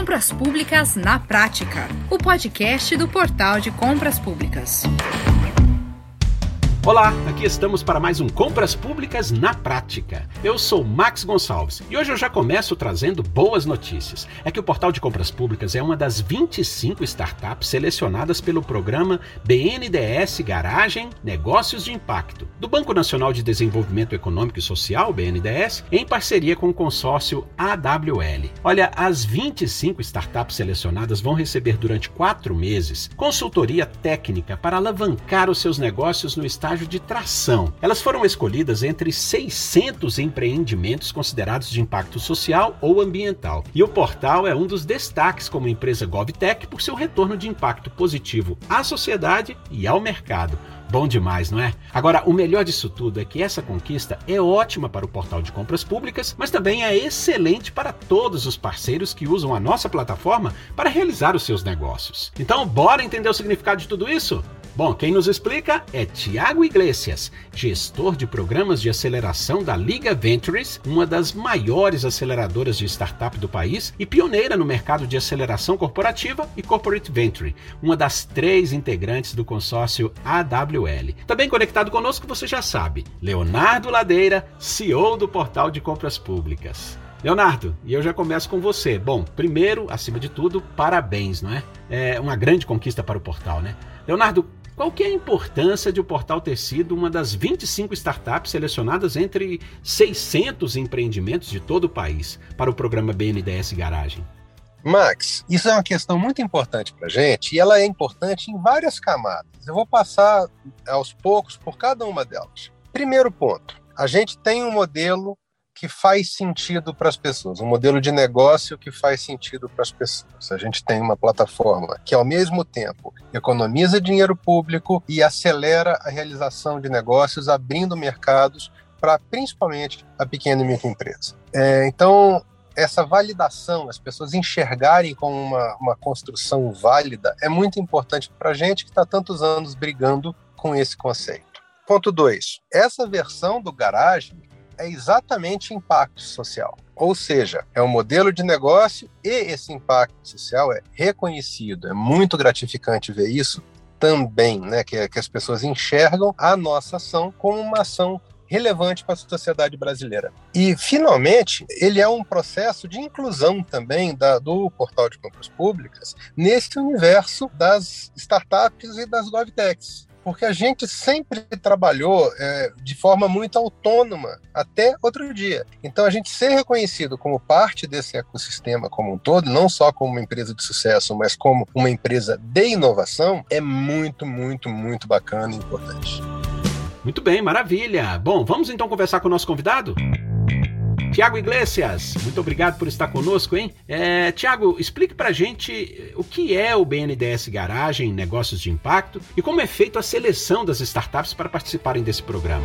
Compras Públicas na Prática, o podcast do Portal de Compras Públicas. Olá, aqui estamos para mais um Compras Públicas na Prática. Eu sou Max Gonçalves e hoje eu já começo trazendo boas notícias. É que o Portal de Compras Públicas é uma das 25 startups selecionadas pelo programa BNDES Garagem Negócios de Impacto, do Banco Nacional de Desenvolvimento Econômico e Social, BNDES, em parceria com o consórcio AWL. Olha, as 25 startups selecionadas vão receber durante 4 meses consultoria técnica para alavancar os seus negócios no estágio de tração. Elas foram escolhidas entre 600 empreendimentos considerados de impacto social ou ambiental. E o portal é um dos destaques como empresa GovTech por seu retorno de impacto positivo à sociedade e ao mercado. Bom demais, não é? Agora, o melhor disso tudo é que essa conquista é ótima para o Portal de Compras Públicas, mas também é excelente para todos os parceiros que usam a nossa plataforma para realizar os seus negócios. Então, bora entender o significado de tudo isso? Bom, quem nos explica é Tiago Iglesias, gestor de programas de aceleração da Liga Ventures, uma das maiores aceleradoras de startup do país e pioneira no mercado de aceleração corporativa e corporate venture, uma das 3 integrantes do consórcio AWL. Também conectado conosco, você já sabe, Leonardo Ladeira, CEO do Portal de Compras Públicas. Leonardo, e eu já começo com você. Bom, primeiro, acima de tudo, parabéns, não é? É uma grande conquista para o portal, né? Leonardo, qual que é a importância de o portal ter sido uma das 25 startups selecionadas entre 600 empreendimentos de todo o país para o programa BNDES Garagem? Max, isso é uma questão muito importante para a gente e ela é importante em várias camadas. Eu vou passar aos poucos por cada uma delas. Primeiro ponto, a gente tem um modelo que faz sentido para as pessoas, um modelo de negócio que faz sentido para as pessoas. A gente tem uma plataforma que, ao mesmo tempo, economiza dinheiro público e acelera a realização de negócios, abrindo mercados para, principalmente, a pequena e microempresa. Então, essa validação, as pessoas enxergarem como uma construção válida, é muito importante para a gente que está tantos anos brigando com esse conceito. Ponto 2. Essa versão do Garagem é exatamente impacto social. Ou seja, é um modelo de negócio e esse impacto social é reconhecido. É muito gratificante ver isso também, né? Que as pessoas enxergam a nossa ação como uma ação relevante para a sociedade brasileira. E, finalmente, ele é um processo de inclusão também do Portal de Compras Públicas nesse universo das startups e das GovTechs. Porque a gente sempre trabalhou de forma muito autônoma, até outro dia. Então, a gente ser reconhecido como parte desse ecossistema como um todo, não só como uma empresa de sucesso, mas como uma empresa de inovação, é muito, muito, muito bacana e importante. Muito bem, maravilha. Bom, vamos então conversar com o nosso convidado? Tiago Iglesias, muito obrigado por estar conosco, hein? Tiago, explique pra gente o que é o BNDES Garagem Negócios de Impacto e como é feita a seleção das startups para participarem desse programa.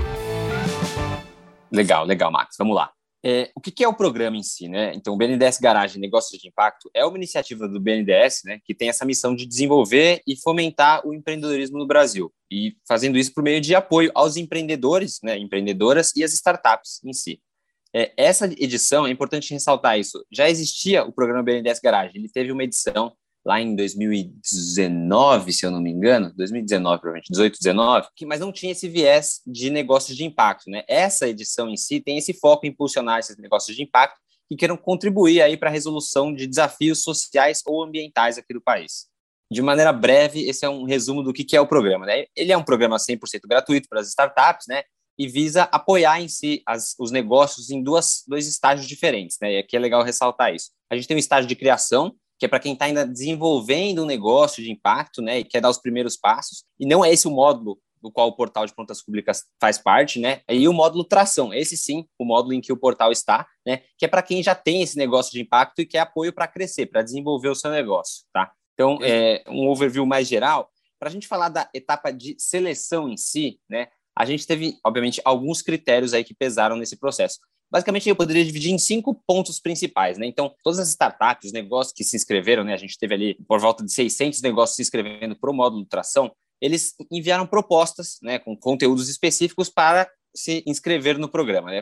Legal, Max. Vamos lá. O que é o programa em si, né? Então, o BNDES Garagem Negócios de Impacto é uma iniciativa do BNDES, né, que tem essa missão de desenvolver e fomentar o empreendedorismo no Brasil, e fazendo isso por meio de apoio aos empreendedores, né, empreendedoras e as startups em si. Essa edição, é importante ressaltar isso, já existia o programa BNDES Garagem, ele teve uma edição lá em 2019, se eu não me engano, 2019, provavelmente, 18, 19, mas não tinha esse viés de negócios de impacto, né? Essa edição em si tem esse foco em impulsionar esses negócios de impacto que queiram contribuir aí para a resolução de desafios sociais ou ambientais aqui do país. De maneira breve, esse é um resumo do que é o programa, né? Ele é um programa 100% gratuito para as startups, né? E visa apoiar em si os negócios em dois estágios diferentes, né? E aqui é legal ressaltar isso. A gente tem um estágio de criação, que é para quem está ainda desenvolvendo um negócio de impacto, né, e quer dar os primeiros passos, e não é esse o módulo do qual o Portal de Contas Públicas faz parte, né, e o módulo tração, esse sim, o módulo em que o portal está, né, que é para quem já tem esse negócio de impacto e quer apoio para crescer, para desenvolver o seu negócio, tá? Então, um overview mais geral, para a gente falar da etapa de seleção em si, né, a gente teve, obviamente, alguns critérios aí que pesaram nesse processo. Basicamente, eu poderia dividir em 5 pontos principais, né? Então, todas as startups, os negócios que se inscreveram, né? A gente teve ali por volta de 600 negócios se inscrevendo para o módulo tração, eles enviaram propostas, né, com conteúdos específicos para se inscrever no programa, né?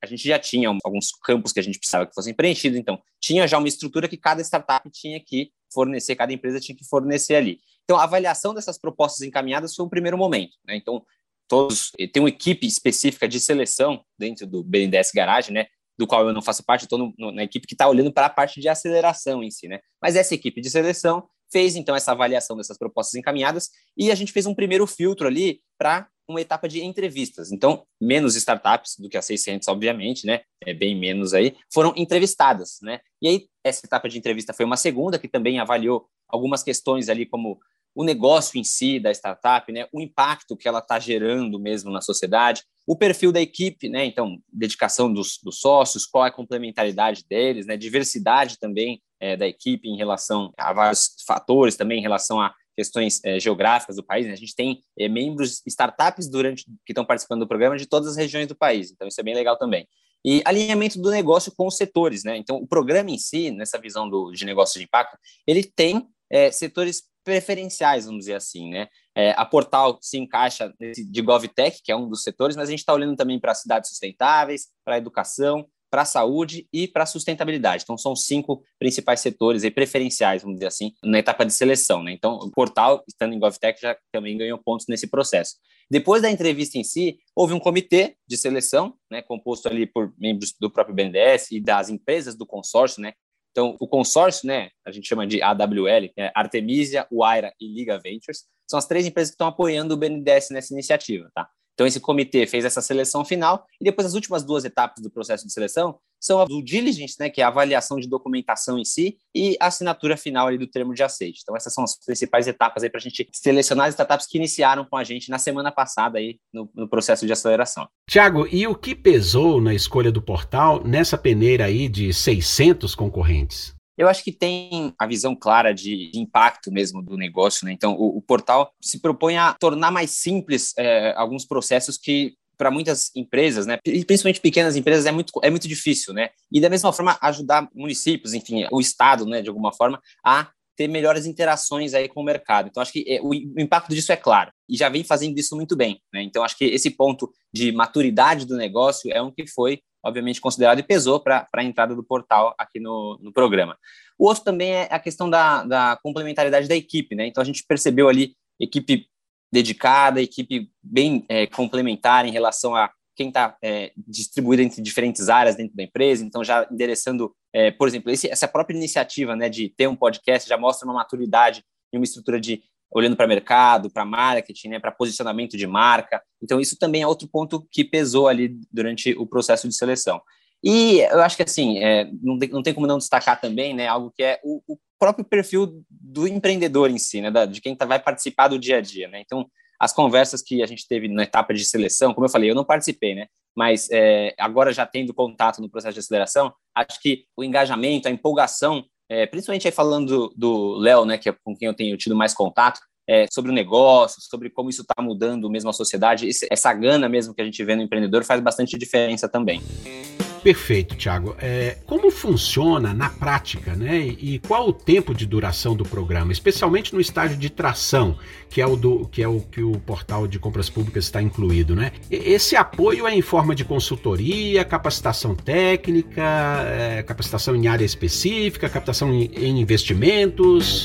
a gente já tinha alguns campos que a gente precisava que fossem preenchidos, então tinha já uma estrutura que cada startup tinha que fornecer, cada empresa tinha que fornecer ali. Então, a avaliação dessas propostas encaminhadas foi um primeiro momento, né? Então, tem uma equipe específica de seleção dentro do BNDES Garage, né? Do qual eu não faço parte, estou na equipe que está olhando para a parte de aceleração em si, né? Mas essa equipe de seleção fez, então, essa avaliação dessas propostas encaminhadas e a gente fez um primeiro filtro ali para uma etapa de entrevistas. Então, menos startups do que as 600, obviamente, né? Bem menos aí, foram entrevistadas, né? E aí, essa etapa de entrevista foi uma segunda, que também avaliou algumas questões ali, como o negócio em si da startup, né? O impacto que ela está gerando mesmo na sociedade, o perfil da equipe, né? Então, dedicação dos sócios, qual é a complementaridade deles, né? Diversidade também da equipe em relação a vários fatores, também em relação a questões geográficas do país, né? A gente tem membros, startups que estão participando do programa de todas as regiões do país, então isso é bem legal também. E alinhamento do negócio com os setores, né? Então, o programa em si, nessa visão de negócio de impacto, ele tem setores preferenciais, vamos dizer assim, né? A Portal se encaixa nesse de GovTech, que é um dos setores, mas a gente está olhando também para cidades sustentáveis, para a educação, para a saúde e para a sustentabilidade. Então, são 5 principais setores aí, preferenciais, vamos dizer assim, na etapa de seleção, né? Então, o Portal, estando em GovTech, já também ganhou pontos nesse processo. Depois da entrevista em si, houve um comitê de seleção, né, composto ali por membros do próprio BNDES e das empresas do consórcio, né? Então, o consórcio, né, a gente chama de AWL, que é Artemisia, Wayra e Liga Ventures, são as 3 empresas que estão apoiando o BNDES nessa iniciativa, tá? Então, esse comitê fez essa seleção final e depois as últimas 2 etapas do processo de seleção são a due diligence, né, que é a avaliação de documentação em si, e a assinatura final ali do termo de aceite. Então, essas são as principais etapas aí para a gente selecionar as startups que iniciaram com a gente na semana passada aí no processo de aceleração. Tiago, e o que pesou na escolha do Portal nessa peneira aí de 600 concorrentes? Eu acho que tem a visão clara de impacto mesmo do negócio, né? Então, o portal se propõe a tornar mais simples alguns processos que, para muitas empresas, né, principalmente pequenas empresas, é muito difícil, né? E, da mesma forma, ajudar municípios, enfim, o Estado, né, de alguma forma, a ter melhores interações aí com o mercado. Então, acho que o impacto disso é claro e já vem fazendo isso muito bem, né? Então, acho que esse ponto de maturidade do negócio é um que foi, obviamente, considerado e pesou para a entrada do portal aqui no programa. O outro também é a questão da complementaridade da equipe, né? Então, a gente percebeu ali equipe dedicada, equipe bem complementar em relação a quem está distribuído entre diferentes áreas dentro da empresa, então já endereçando, por exemplo, essa própria iniciativa, né, de ter um podcast já mostra uma maturidade e uma estrutura de olhando para mercado, para marketing, né, para posicionamento de marca. Então, isso também é outro ponto que pesou ali durante o processo de seleção. E eu acho que, assim, não tem como não destacar também, né, algo que é o próprio perfil do empreendedor em si, né, de quem vai participar do dia a dia, né. Então, as conversas que a gente teve na etapa de seleção, como eu falei, eu não participei, né, mas agora já tendo contato no processo de aceleração, acho que o engajamento, a empolgação, principalmente aí falando do Léo, né, que é com quem eu tenho tido mais contato, sobre o negócio, sobre como isso está mudando mesmo a sociedade, essa gana mesmo que a gente vê no empreendedor faz bastante diferença também. Perfeito, Tiago. Como funciona na prática, né? E qual o tempo de duração do programa, especialmente no estágio de tração, que é o que o portal de compras públicas está incluído, né? Esse apoio é em forma de consultoria, capacitação técnica, capacitação em área específica, captação em investimentos.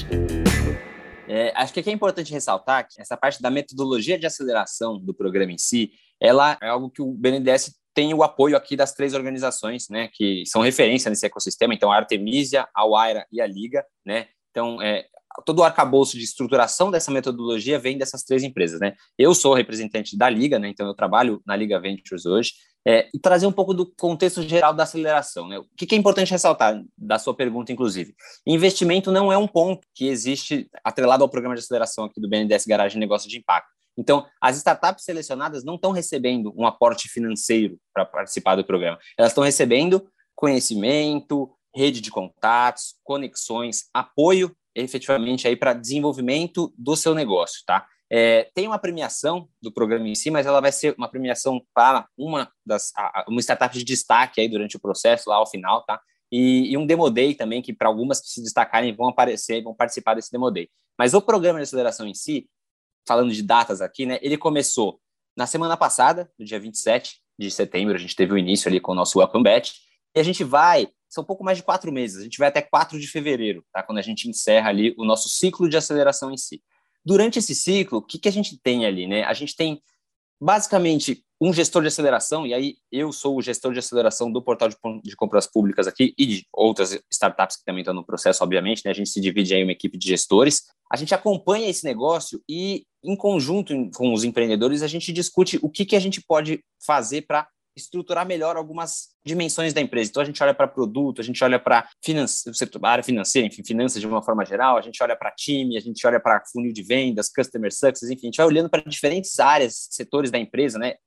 Acho que aqui é importante ressaltar que essa parte da metodologia de aceleração do programa em si, ela é algo que o BNDES tem o apoio aqui das 3 organizações, né, que são referência nesse ecossistema, então a Artemisia, a Wayra e a Liga, né, então todo o arcabouço de estruturação dessa metodologia vem dessas 3 empresas, né. Eu sou representante da Liga, né, então eu trabalho na Liga Ventures hoje, e trazer um pouco do contexto geral da aceleração, né. O que é importante ressaltar da sua pergunta, inclusive? Investimento não é um ponto que existe atrelado ao programa de aceleração aqui do BNDES Garage Negócio de Impacto. Então, as startups selecionadas não estão recebendo um aporte financeiro para participar do programa. Elas estão recebendo conhecimento, rede de contatos, conexões, apoio efetivamente aí para desenvolvimento do seu negócio, tá? Tem uma premiação do programa em si, mas ela vai ser uma premiação para uma startup de destaque aí durante o processo, lá ao final, tá? E um Demo Day também, que para algumas que se destacarem vão participar desse Demo Day. Mas o programa de aceleração em si, falando de datas aqui, né, ele começou na semana passada, no dia 27, de setembro, a gente teve o início ali com o nosso Welcome Batch, e a gente vai, são um pouco mais de 4 meses, a gente vai até 4 de fevereiro, tá? Quando a gente encerra ali o nosso ciclo de aceleração em si. Durante esse ciclo, o que a gente tem ali, né? A gente tem basicamente um gestor de aceleração, e aí eu sou o gestor de aceleração do portal de compras públicas aqui e de outras startups que também estão no processo, obviamente, né? A gente se divide aí uma equipe de gestores. A gente acompanha esse negócio e, em conjunto com os empreendedores, a gente discute o que a gente pode fazer para estruturar melhor algumas dimensões da empresa. Então, a gente olha para produto, a gente olha para a área financeira, enfim, finanças de uma forma geral, a gente olha para time, a gente olha para funil de vendas, customer success, enfim, a gente vai olhando para diferentes áreas, setores da empresa, né,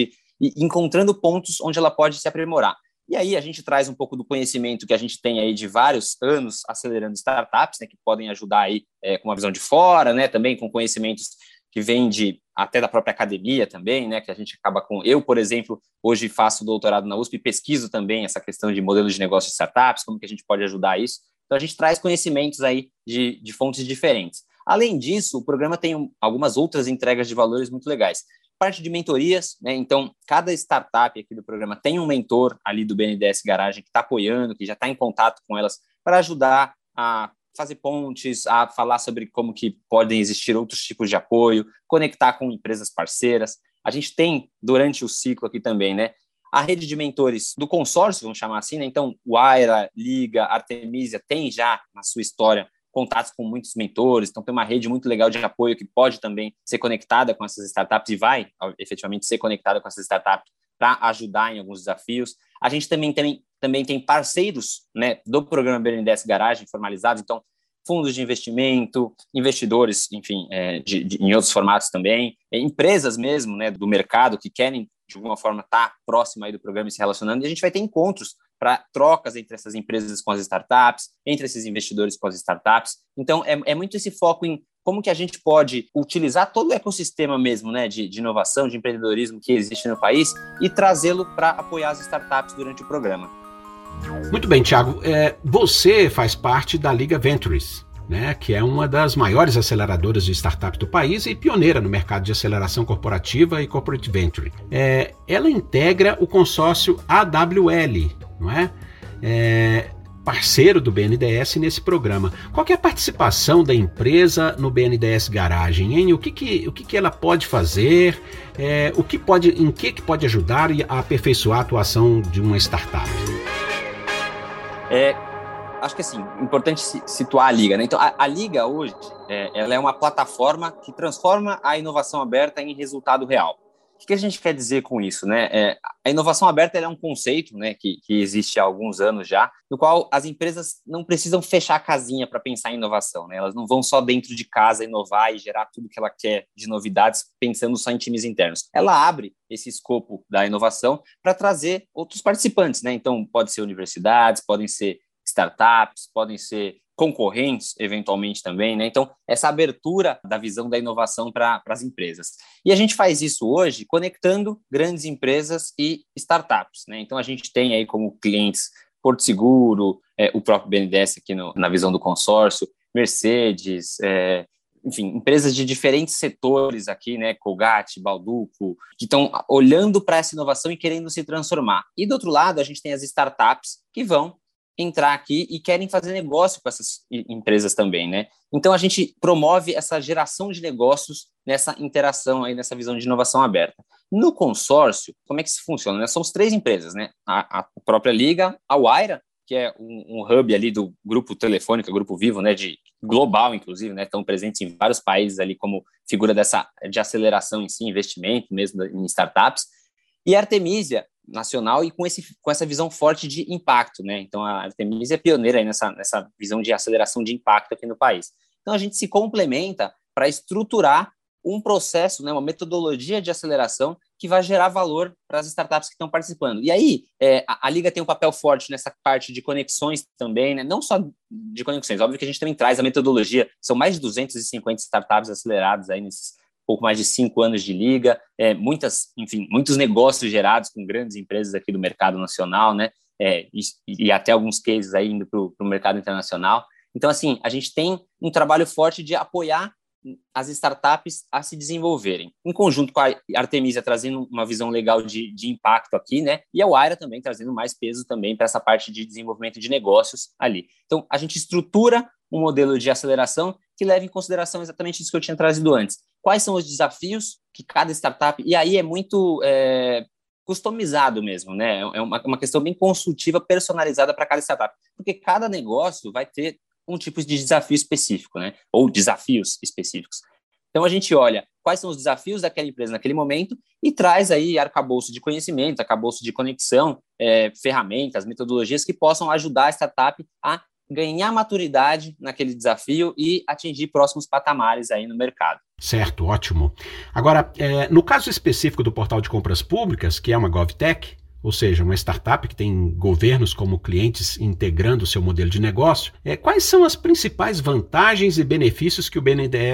e encontrando pontos onde ela pode se aprimorar. E aí a gente traz um pouco do conhecimento que a gente tem aí de vários anos acelerando startups, né, que podem ajudar aí com uma visão de fora, né, também com conhecimentos que vem até da própria academia também, né, que a gente acaba com... Eu, por exemplo, hoje faço doutorado na USP e pesquiso também essa questão de modelos de negócio de startups, como que a gente pode ajudar isso. Então, a gente traz conhecimentos aí de fontes diferentes. Além disso, o programa tem algumas outras entregas de valores muito legais. Parte de mentorias, né, então, cada startup aqui do programa tem um mentor ali do BNDES Garagem que está apoiando, que já está em contato com elas para ajudar a fazer pontes, a falar sobre como que podem existir outros tipos de apoio, conectar com empresas parceiras. A gente tem, durante o ciclo aqui também, né, a rede de mentores do consórcio, vamos chamar assim, né? Então, o Aira, Liga, Artemisia tem já, na sua história, contatos com muitos mentores, então tem uma rede muito legal de apoio que pode também ser conectada com essas startups e vai, efetivamente, ser conectada com essas startups para ajudar em alguns desafios. A gente também tem parceiros, né, do programa BNDES Garagem formalizados, então fundos de investimento, investidores, enfim, em outros formatos também, empresas mesmo, né, do mercado que querem, de alguma forma, estar próximo aí do programa e se relacionando, e a gente vai ter encontros para trocas entre essas empresas com as startups, entre esses investidores com as startups. Então, é muito esse foco em como que a gente pode utilizar todo o ecossistema mesmo, né, de inovação, de empreendedorismo que existe no país e trazê-lo para apoiar as startups durante o programa. Muito bem, Thiago. Você faz parte da Liga Ventures, né, que é uma das maiores aceleradoras de startups do país e pioneira no mercado de aceleração corporativa e corporate venture. Ela integra o consórcio AWL, não é? Parceiro do BNDES nesse programa. Qual que é a participação da empresa no BNDES Garagem, hein? O que ela pode fazer? Em que pode ajudar a aperfeiçoar a atuação de uma startup? Acho que assim, importante situar a Liga, né? Então, a Liga hoje, ela é uma plataforma que transforma a inovação aberta em resultado real. O que a gente quer dizer com isso, né? A inovação aberta ela é um conceito, né, que existe há alguns anos já, no qual as empresas não precisam fechar a casinha para pensar em inovação, né? Elas não vão só dentro de casa inovar e gerar tudo que ela quer de novidades pensando só em times internos. Ela abre esse escopo da inovação para trazer outros participantes, né? Então, pode ser universidades, podem ser startups, podem ser concorrentes, eventualmente também, né? Então, essa abertura da visão da inovação para as empresas. E a gente faz isso hoje conectando grandes empresas e startups, né? Então, a gente tem aí como clientes Porto Seguro, o próprio BNDES aqui na visão do consórcio, Mercedes, enfim, empresas de diferentes setores aqui, né? Colgate, Balduco, que estão olhando para essa inovação e querendo se transformar. E, do outro lado, a gente tem as startups que vão entrar aqui e querem fazer negócio com essas empresas também, né? Então, a gente promove essa geração de negócios nessa interação aí, nessa visão de inovação aberta. No consórcio, como é que isso funciona, né? Somos 3 empresas, né? A própria Liga, a Wayra, que é um hub ali do Grupo Telefônica, Grupo Vivo, né? De global, inclusive, né? Estão presentes em vários países ali como figura de aceleração em si, investimento mesmo em startups. E a Artemisia, nacional e com essa visão forte de impacto, né? Então, a Artemisia é pioneira aí nessa visão de aceleração de impacto aqui no país. Então, a gente se complementa para estruturar um processo, né, uma metodologia de aceleração que vai gerar valor para as startups que estão participando. E aí, a Liga tem um papel forte nessa parte de conexões também, né? Não só de conexões, óbvio que a gente também traz a metodologia, são mais de 250 startups aceleradas aí nesses pouco mais de 5 anos de Liga, muitos negócios gerados com grandes empresas aqui do mercado nacional, né? E até alguns cases aí indo para o mercado internacional. Então, assim, a gente tem um trabalho forte de apoiar as startups a se desenvolverem, em conjunto com a Artemisia trazendo uma visão legal de impacto aqui, né? E a Wayra também trazendo mais peso também para essa parte de desenvolvimento de negócios ali. Então, a gente estrutura um modelo de aceleração que leva em consideração exatamente isso que eu tinha trazido antes. Quais são os desafios que cada startup... E aí é muito customizado mesmo, né? É uma questão bem consultiva, personalizada para cada startup, porque cada negócio vai ter um tipo de desafio específico, né? Ou desafios específicos. Então, a gente olha quais são os desafios daquela empresa naquele momento e traz aí arcabouço de conhecimento, arcabouço de conexão, ferramentas, metodologias que possam ajudar a startup a ganhar maturidade naquele desafio e atingir próximos patamares aí no mercado. Certo, ótimo. Agora, no caso específico do portal de compras públicas, que é uma GovTech, ou seja, uma startup que tem governos como clientes integrando o seu modelo de negócio, quais são as principais vantagens e benefícios que o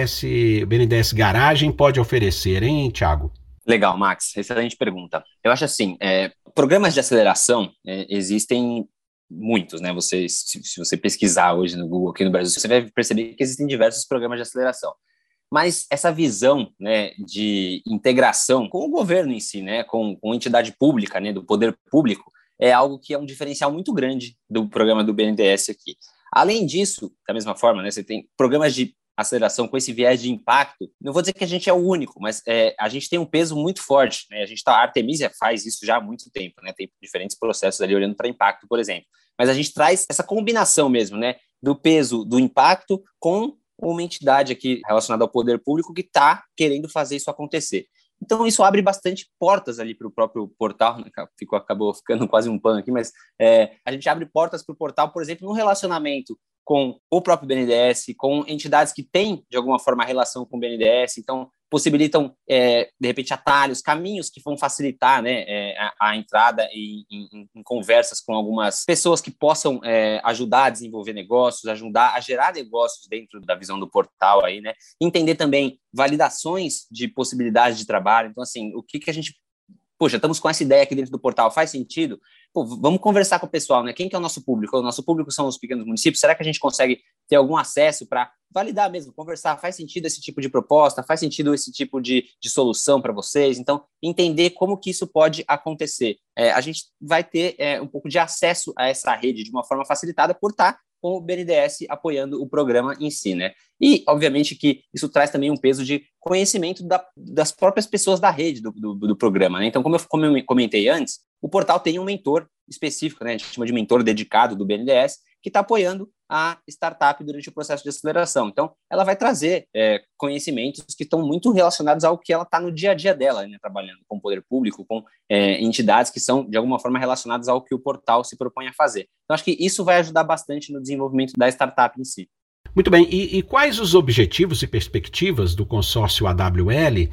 BNDES Garagem pode oferecer, hein, Thiago? Legal, Max. Excelente pergunta. Eu acho assim, programas de aceleração existem muitos, né? Se você pesquisar hoje no Google aqui no Brasil, você vai perceber que existem diversos programas de aceleração. Mas essa visão, né, de integração com o governo em si, né, com entidade pública, né, do poder público, é algo que é um diferencial muito grande do programa do BNDES aqui. Além disso, da mesma forma, né, você tem programas de aceleração com esse viés de impacto. Não vou dizer que a gente é o único, mas a gente tem um peso muito forte, né? A Artemisia faz isso já há muito tempo, né? Tem diferentes processos ali olhando para impacto, por exemplo. Mas a gente traz essa combinação mesmo, né, do peso do impacto com uma entidade aqui relacionada ao poder público que está querendo fazer isso acontecer. Então, isso abre bastante portas ali para o próprio portal, né? Acabou ficando quase um pano aqui, mas a gente abre portas para o portal, por exemplo, no relacionamento com o próprio BNDES, com entidades que têm, de alguma forma, relação com o BNDES, então possibilitam, de repente, atalhos, caminhos que vão facilitar, né, a entrada em conversas com algumas pessoas que possam ajudar a desenvolver negócios, ajudar a gerar negócios dentro da visão do portal, aí, né? Entender também validações de possibilidades de trabalho. Então, assim, o que a gente... Poxa, estamos com essa ideia aqui dentro do portal, faz sentido? Pô, vamos conversar com o pessoal, né? Quem que é o nosso público? O nosso público são os pequenos municípios. Será que a gente consegue ter algum acesso para validar mesmo, conversar? Faz sentido esse tipo de proposta? Faz sentido esse tipo de solução para vocês? Então, entender como que isso pode acontecer. A gente vai ter um pouco de acesso a essa rede de uma forma facilitada por estar com o BNDES apoiando o programa em si, né? E, obviamente, que isso traz também um peso de conhecimento das próprias pessoas da rede do programa, né? Então, como eu comentei antes, o portal tem um mentor específico, né? A gente chama de mentor dedicado do BNDES, que está apoiando a startup durante o processo de aceleração. Então, ela vai trazer conhecimentos que estão muito relacionados ao que ela está no dia a dia dela, né? Trabalhando com o poder público, com entidades que são, de alguma forma, relacionadas ao que o portal se propõe a fazer. Então, acho que isso vai ajudar bastante no desenvolvimento da startup em si. Muito bem, e quais os objetivos e perspectivas do consórcio AWL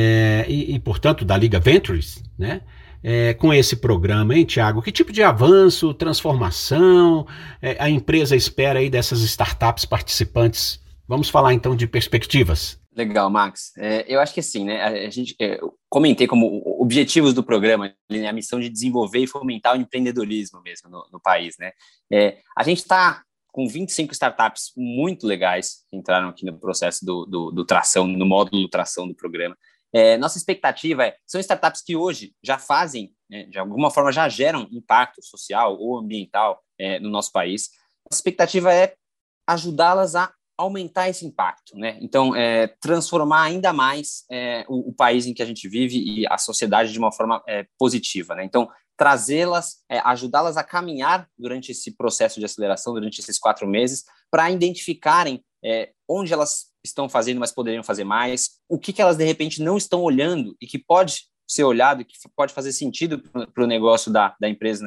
e, portanto, da Liga Ventures, né? Com esse programa, hein, Thiago? Que tipo de avanço, transformação a empresa espera aí dessas startups participantes? Vamos falar então de perspectivas. Legal, Max. Eu acho que assim, né? Eu comentei como objetivos do programa, né, a missão de desenvolver e fomentar o empreendedorismo mesmo no país, né? A gente está com 25 startups muito legais que entraram aqui no processo do tração, no módulo tração do programa. Nossa expectativa são startups que hoje já fazem, né, de alguma forma já geram impacto social ou ambiental no nosso país. Nossa expectativa é ajudá-las a aumentar esse impacto, né? Então, transformar ainda mais o país em que a gente vive e a sociedade de uma forma positiva, né? Então, trazê-las, ajudá-las a caminhar durante esse processo de aceleração, durante esses 4 meses, para identificarem onde elas estão fazendo, mas poderiam fazer mais, o que elas, de repente, não estão olhando e que pode ser olhado e que pode fazer sentido para o negócio da empresa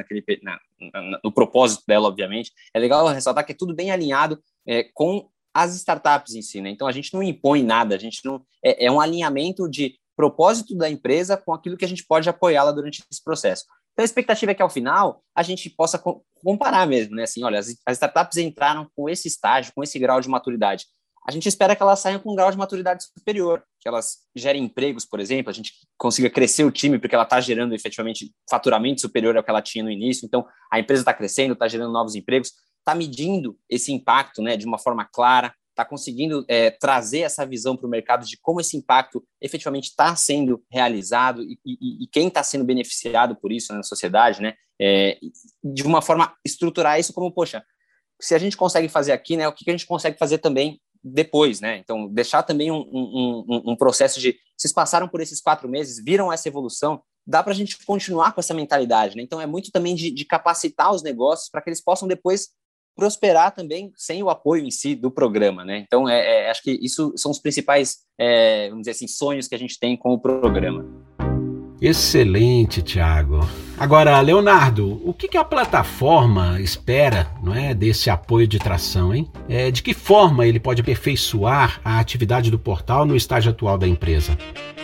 no propósito dela, obviamente. É legal ressaltar que é tudo bem alinhado com as startups em si, né? Então, a gente não impõe nada, a gente não... É um alinhamento de propósito da empresa com aquilo que a gente pode apoiá-la durante esse processo. Então, a expectativa é que, ao final, a gente possa comparar mesmo, né? Assim, olha, as startups entraram com esse estágio, com esse grau de maturidade. A gente espera que elas saiam com um grau de maturidade superior, que elas gerem empregos, por exemplo, a gente consiga crescer o time, porque ela está gerando, efetivamente, faturamento superior ao que ela tinha no início. Então, a empresa está crescendo, está gerando novos empregos, está medindo esse impacto, né, de uma forma clara, está conseguindo trazer essa visão para o mercado de como esse impacto efetivamente está sendo realizado e quem está sendo beneficiado por isso, né, na sociedade, né? De uma forma estruturar isso como, poxa, se a gente consegue fazer aqui, né, o que a gente consegue fazer também depois, né? Então, deixar também um processo de... Vocês passaram por esses 4 meses, viram essa evolução, dá para a gente continuar com essa mentalidade, né? Então, é muito também de capacitar os negócios para que eles possam depois prosperar também sem o apoio em si do programa, né? Então, acho que isso são os principais, vamos dizer assim, sonhos que a gente tem com o programa. Excelente, Thiago. Agora, Leonardo, o que a plataforma espera, não é, desse apoio de tração, hein? De que forma ele pode aperfeiçoar a atividade do portal no estágio atual da empresa?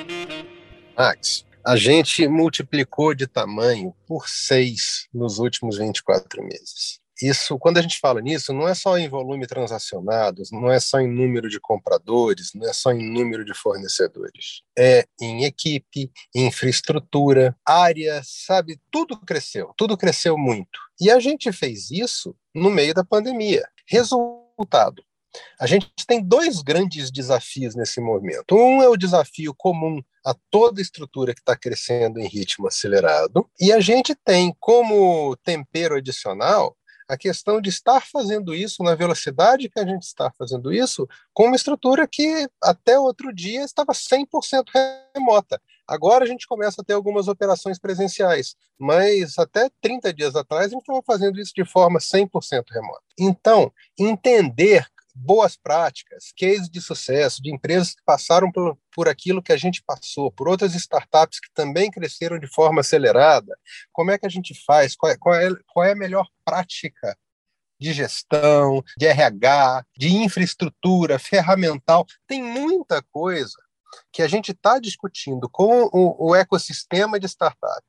Max, a gente multiplicou de tamanho por 6 nos últimos 24 meses. Isso, quando a gente fala nisso, não é só em volume transacionado, não é só em número de compradores, não é só em número de fornecedores. É em equipe, em infraestrutura, área, sabe? Tudo cresceu muito. E a gente fez isso no meio da pandemia. Resultado: a gente tem 2 grandes desafios nesse momento. Um é o desafio comum a toda estrutura que está crescendo em ritmo acelerado, e a gente tem como tempero adicional a questão de estar fazendo isso na velocidade que a gente está fazendo isso com uma estrutura que até outro dia estava 100% remota. Agora a gente começa a ter algumas operações presenciais, mas até 30 dias atrás a gente estava fazendo isso de forma 100% remota. Então, entender boas práticas, cases de sucesso de empresas que passaram por aquilo que a gente passou, por outras startups que também cresceram de forma acelerada, como é que a gente faz, qual é a melhor prática de gestão, de RH, de infraestrutura, ferramental. Tem muita coisa que a gente está discutindo com o ecossistema de startup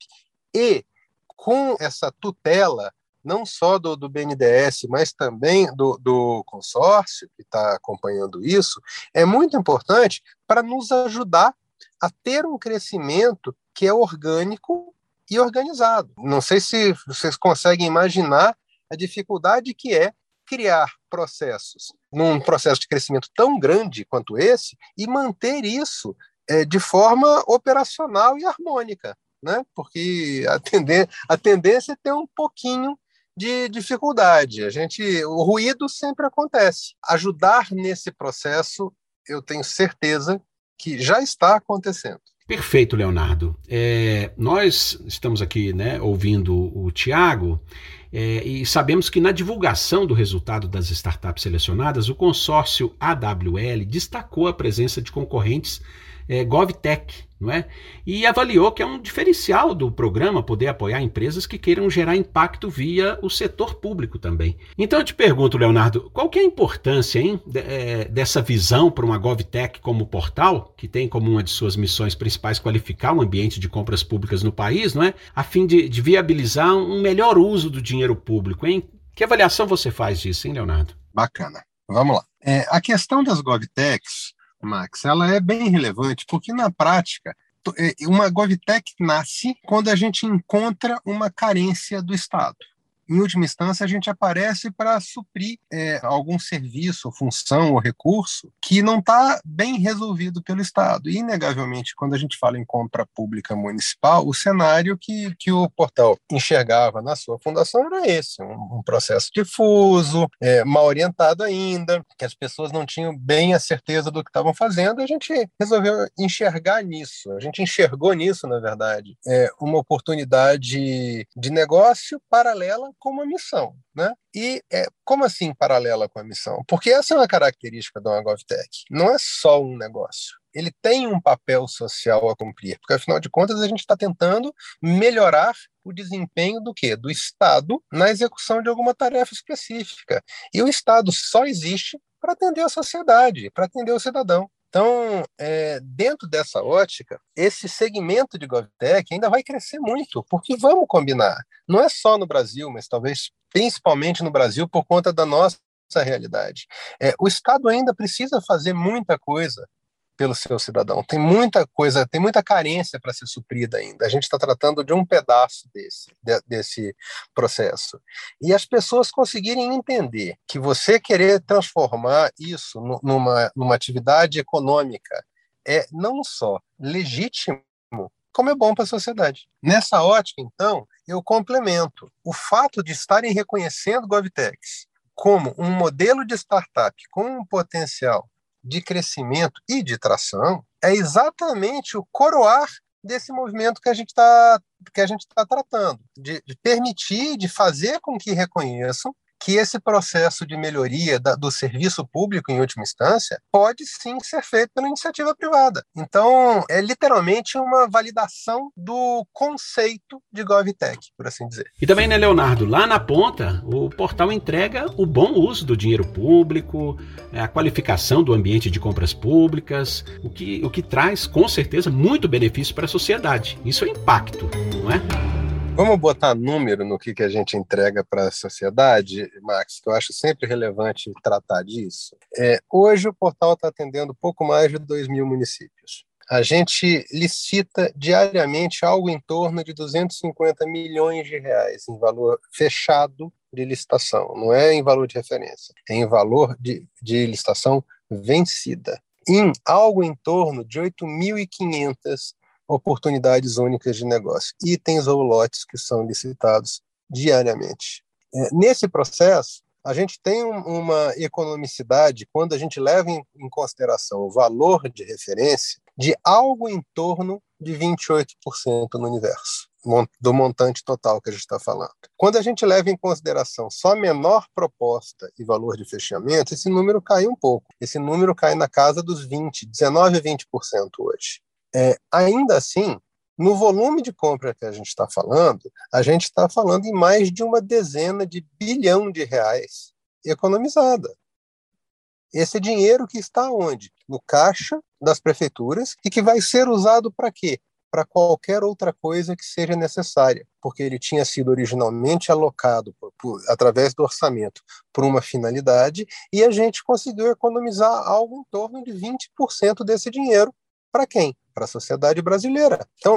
e com essa tutela não só do BNDES, mas também do consórcio que está acompanhando isso, é muito importante para nos ajudar a ter um crescimento que é orgânico e organizado. Não sei se vocês conseguem imaginar a dificuldade que é criar processos num processo de crescimento tão grande quanto esse e manter isso de forma operacional e harmônica, né? Porque a tendência é ter um pouquinho de dificuldade. O ruído sempre acontece. Ajudar nesse processo, eu tenho certeza que já está acontecendo. Perfeito, Leonardo. Nós estamos aqui, né, ouvindo o Thiago e sabemos que na divulgação do resultado das startups selecionadas, o consórcio AWL destacou a presença de concorrentes GovTech, não é? E avaliou que é um diferencial do programa poder apoiar empresas que queiram gerar impacto via o setor público também. Então eu te pergunto, Leonardo, qual que é a importância, hein, dessa visão para uma GovTech como portal, que tem como uma de suas missões principais qualificar o ambiente de compras públicas no país, não é? A fim de viabilizar um melhor uso do dinheiro público, hein? Que avaliação você faz disso, hein, Leonardo? Bacana. Vamos lá. A questão das GovTechs, Max, ela é bem relevante porque, na prática, uma GovTech nasce quando a gente encontra uma carência do Estado. Em última instância, a gente aparece para suprir algum serviço, função ou recurso que não está bem resolvido pelo Estado. E, inegavelmente, quando a gente fala em compra pública municipal, o cenário que o portal enxergava na sua fundação era esse, um processo difuso, mal orientado ainda, que as pessoas não tinham bem a certeza do que estavam fazendo. A gente resolveu enxergar nisso, a gente enxergou nisso, na verdade, uma oportunidade de negócio paralela com uma missão, né? E como assim paralela com a missão? Porque essa é uma característica da uma GovTech. Não é só um negócio. Ele tem um papel social a cumprir, porque afinal de contas a gente está tentando melhorar o desempenho do quê? Do Estado na execução de alguma tarefa específica. E o Estado só existe para atender a sociedade, para atender o cidadão. Então, dentro dessa ótica, esse segmento de GovTech ainda vai crescer muito, porque vamos combinar, não é só no Brasil, mas talvez principalmente no Brasil por conta da nossa realidade. O Estado ainda precisa fazer muita coisa pelo seu cidadão. Tem muita coisa, tem muita carência para ser suprida ainda. A gente está tratando de um pedaço desse processo. E as pessoas conseguirem entender que você querer transformar isso numa atividade econômica é não só legítimo, como é bom para a sociedade. Nessa ótica, então, eu complemento o fato de estarem reconhecendo GovTechs como um modelo de startup com um potencial de crescimento e de tração, é exatamente o coroar desse movimento que a gente está tratando, de permitir, de fazer com que reconheçam que esse processo de melhoria do serviço público, em última instância, pode sim ser feito pela iniciativa privada. Então, é literalmente uma validação do conceito de GovTech, por assim dizer. E também, né, Leonardo, lá na ponta, o portal entrega o bom uso do dinheiro público, a qualificação do ambiente de compras públicas, o que traz, com certeza, muito benefício para a sociedade. Isso é impacto, não é? Vamos botar número no que a gente entrega para a sociedade, Max, que eu acho sempre relevante tratar disso. Hoje o portal está atendendo pouco mais de 2.000 municípios. A gente licita diariamente algo em torno de 250 milhões de reais em valor fechado de licitação. Não é em valor de referência, é em valor de licitação vencida. Em algo em torno de 8.500 oportunidades únicas de negócio, itens ou lotes que são licitados diariamente. Nesse processo, a gente tem uma economicidade, quando a gente leva em consideração o valor de referência, de algo em torno de 28% no universo, do montante total que a gente está falando. Quando a gente leva em consideração só a menor proposta e valor de fechamento, esse número cai um pouco. Esse número cai na casa dos 19% a 20% hoje. Ainda assim, no volume de compra que a gente está falando em mais de uma dezena de bilhão de reais economizada. Esse dinheiro que está onde? No caixa das prefeituras e que vai ser usado para quê? Para qualquer outra coisa que seja necessária, porque ele tinha sido originalmente alocado através do orçamento por uma finalidade e a gente conseguiu economizar algo em torno de 20% desse dinheiro. Para quem? Para a sociedade brasileira. Então,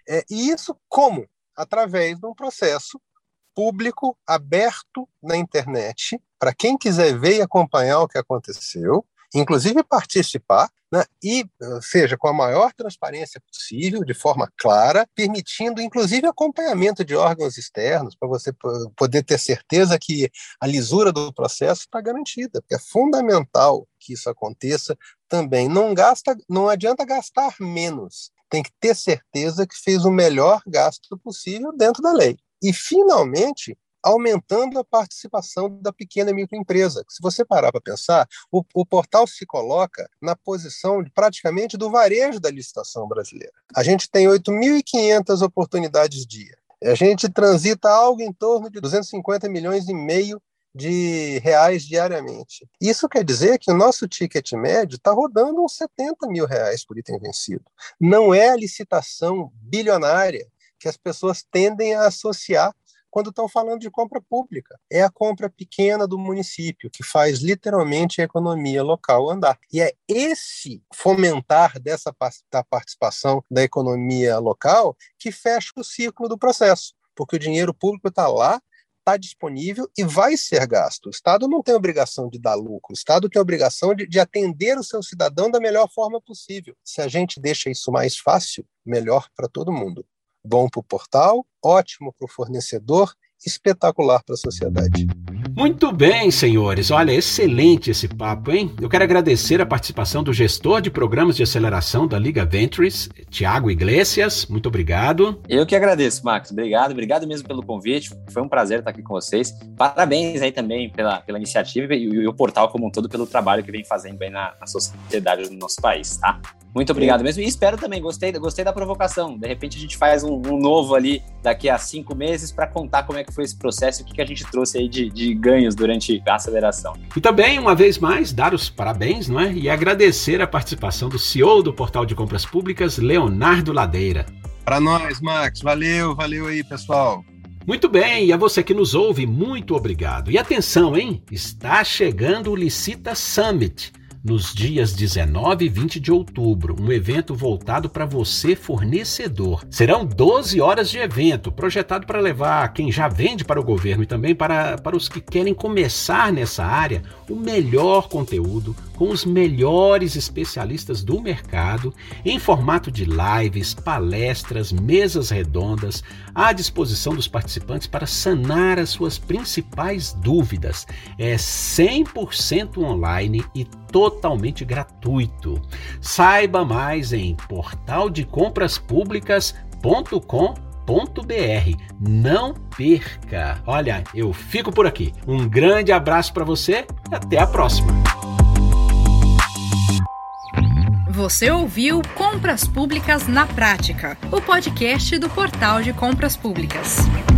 e isso como? Através de um processo público, aberto na internet, para quem quiser ver e acompanhar o que aconteceu, inclusive participar, né, e seja com a maior transparência possível, de forma clara, permitindo inclusive acompanhamento de órgãos externos, para você poder ter certeza que a lisura do processo está garantida, porque é fundamental que isso aconteça também. Não adianta gastar menos, tem que ter certeza que fez o melhor gasto possível dentro da lei. E, finalmente, aumentando a participação da pequena e microempresa. Se você parar para pensar, o portal se coloca na posição praticamente do varejo da licitação brasileira. A gente tem 8.500 oportunidades dia. A gente transita algo em torno de 250 milhões e meio de reais diariamente. Isso quer dizer que o nosso ticket médio está rodando uns 70 mil reais por item vencido. Não é a licitação bilionária que as pessoas tendem a associar quando estão falando de compra pública. É a compra pequena do município, que faz literalmente a economia local andar. E é esse fomentar da participação da economia local que fecha o ciclo do processo, porque o dinheiro público está lá, está disponível e vai ser gasto. O Estado não tem obrigação de dar lucro, o Estado tem obrigação de atender o seu cidadão da melhor forma possível. Se a gente deixa isso mais fácil, melhor para todo mundo. Bom para o portal, ótimo para o fornecedor, espetacular para a sociedade. Muito bem, senhores. Olha, excelente esse papo, hein? Eu quero agradecer a participação do gestor de programas de aceleração da Liga Ventures, Tiago Iglesias. Muito obrigado. Eu que agradeço, Max. Obrigado mesmo pelo convite. Foi um prazer estar aqui com vocês. Parabéns aí também pela iniciativa e o portal como um todo pelo trabalho que vem fazendo aí na sociedade do nosso país, tá? Muito obrigado mesmo. E espero também, gostei da provocação. De repente a gente faz um novo ali daqui a 5 meses para contar como é que foi esse processo e o que a gente trouxe aí de ganhos durante a aceleração. E também, uma vez mais, dar os parabéns, não é? E agradecer a participação do CEO do Portal de Compras Públicas, Leonardo Ladeira. Para nós, Max. Valeu aí, pessoal. Muito bem, e a você que nos ouve, muito obrigado. E atenção, hein? Está chegando o Licita Summit. nos dias 19 e 20 de outubro, um evento voltado para você, fornecedor. Serão 12 horas de evento, projetado para levar quem já vende para o governo e também para os que querem começar nessa área, o melhor conteúdo com os melhores especialistas do mercado, em formato de lives, palestras, mesas redondas, à disposição dos participantes para sanar as suas principais dúvidas. É 100% online e totalmente gratuito. Saiba mais em portaldecompraspublicas.com.br. Não perca! Olha, eu fico por aqui. Um grande abraço para você e até a próxima! Você ouviu Compras Públicas na Prática, o podcast do Portal de Compras Públicas.